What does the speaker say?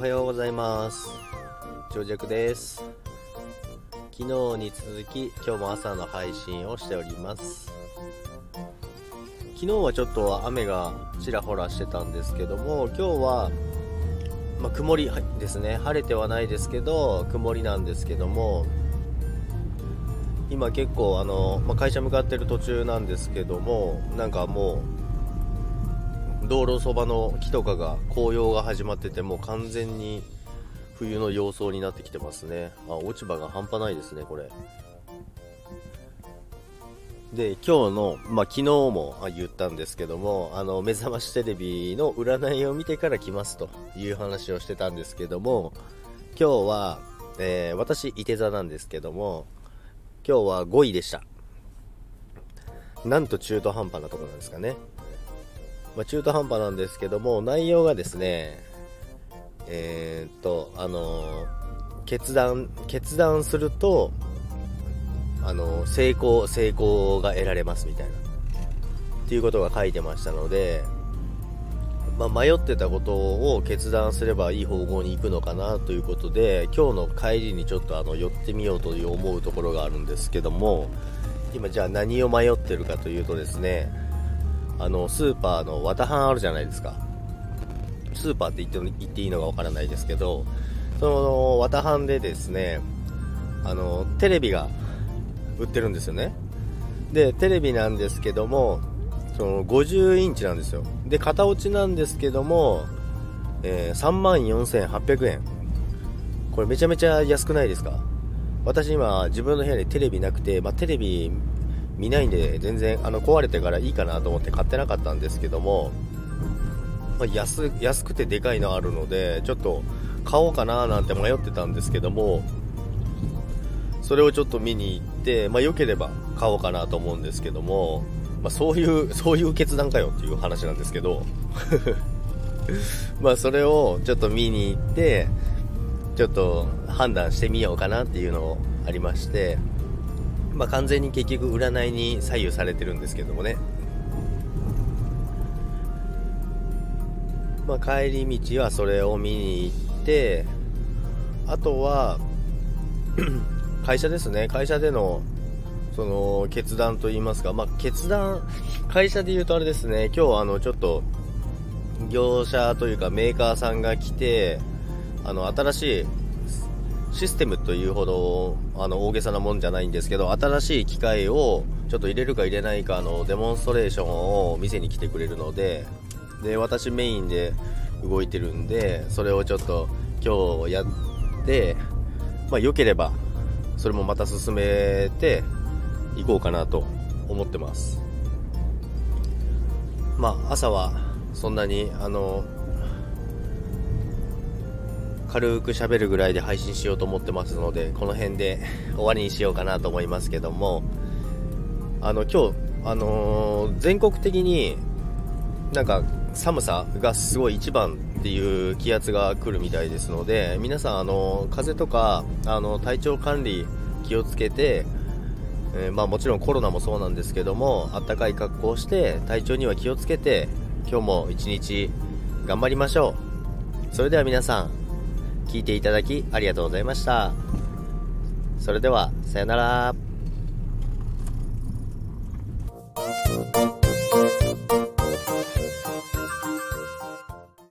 はようございます。長尺です。昨日に続き今日も朝の配信をしております。昨日はちょっと雨がちらほらしてたんですけども、今日は、曇りですね。晴れてはないですけど曇りなんですけども、今結構会社向かってる途中なんですけども、なんかもう道路そばの木とかが紅葉が始まってて、もう完全に冬の様相になってきてますね。落ち葉が半端ないですねこれで。今日の、昨日も言ったんですけども、目覚ましテレビの占いを見てから来ますという話をしてたんですけども、今日は、私いて座なんですけども、今日は5位でした。なんと中途半端なところなんですかね。中途半端なんですけども、内容がですね、決断すると成功が得られますみたいなっていうことが書いてましたので、迷ってたことを決断すればいい方向に行くのかなということで、今日の帰りにちょっと寄ってみようという思うところがあるんですけども、今じゃあ何を迷ってるかというとですね、スーパーの綿半あるじゃないですか。スーパーって言っていいのかわからないですけど、その綿半でですね、テレビが売ってるんですよね。でテレビなんですけども、その50インチなんですよ。で型落ちなんですけども、34,800円。これめちゃめちゃ安くないですか？私今自分の部屋にテレビなくて、テレビ見ないんで全然壊れてからいいかなと思って買ってなかったんですけども、安くてでかいのあるのでちょっと買おうかななんて迷ってたんですけども、それをちょっと見に行って、良ければ買おうかなと思うんですけども、そういう決断かよっていう話なんですけどそれをちょっと見に行ってちょっと判断してみようかなっていうのがありまして、完全に結局占いに左右されてるんですけどもね。帰り道はそれを見に行って、あとは会社ですね。会社でのその決断といいますか、会社で言うとあれですね、今日ちょっと業者というかメーカーさんが来て、新しいシステムというほど大げさなもんじゃないんですけど、新しい機械をちょっと入れるか入れないかデモンストレーションを店に来てくれるので、私メインで動いてるんで、それをちょっと今日やって、良ければそれもまた進めていこうかなと思ってます。朝はそんなに軽く喋るぐらいで配信しようと思ってますので、この辺で終わりにしようかなと思いますけども、今日全国的になんか寒さがすごい一番っていう気圧が来るみたいですので、皆さん風邪とか体調管理気をつけて、もちろんコロナもそうなんですけども、あったかい格好をして体調には気をつけて、今日も一日頑張りましょう。それでは皆さん聞いていただきありがとうございました。それではさよなら。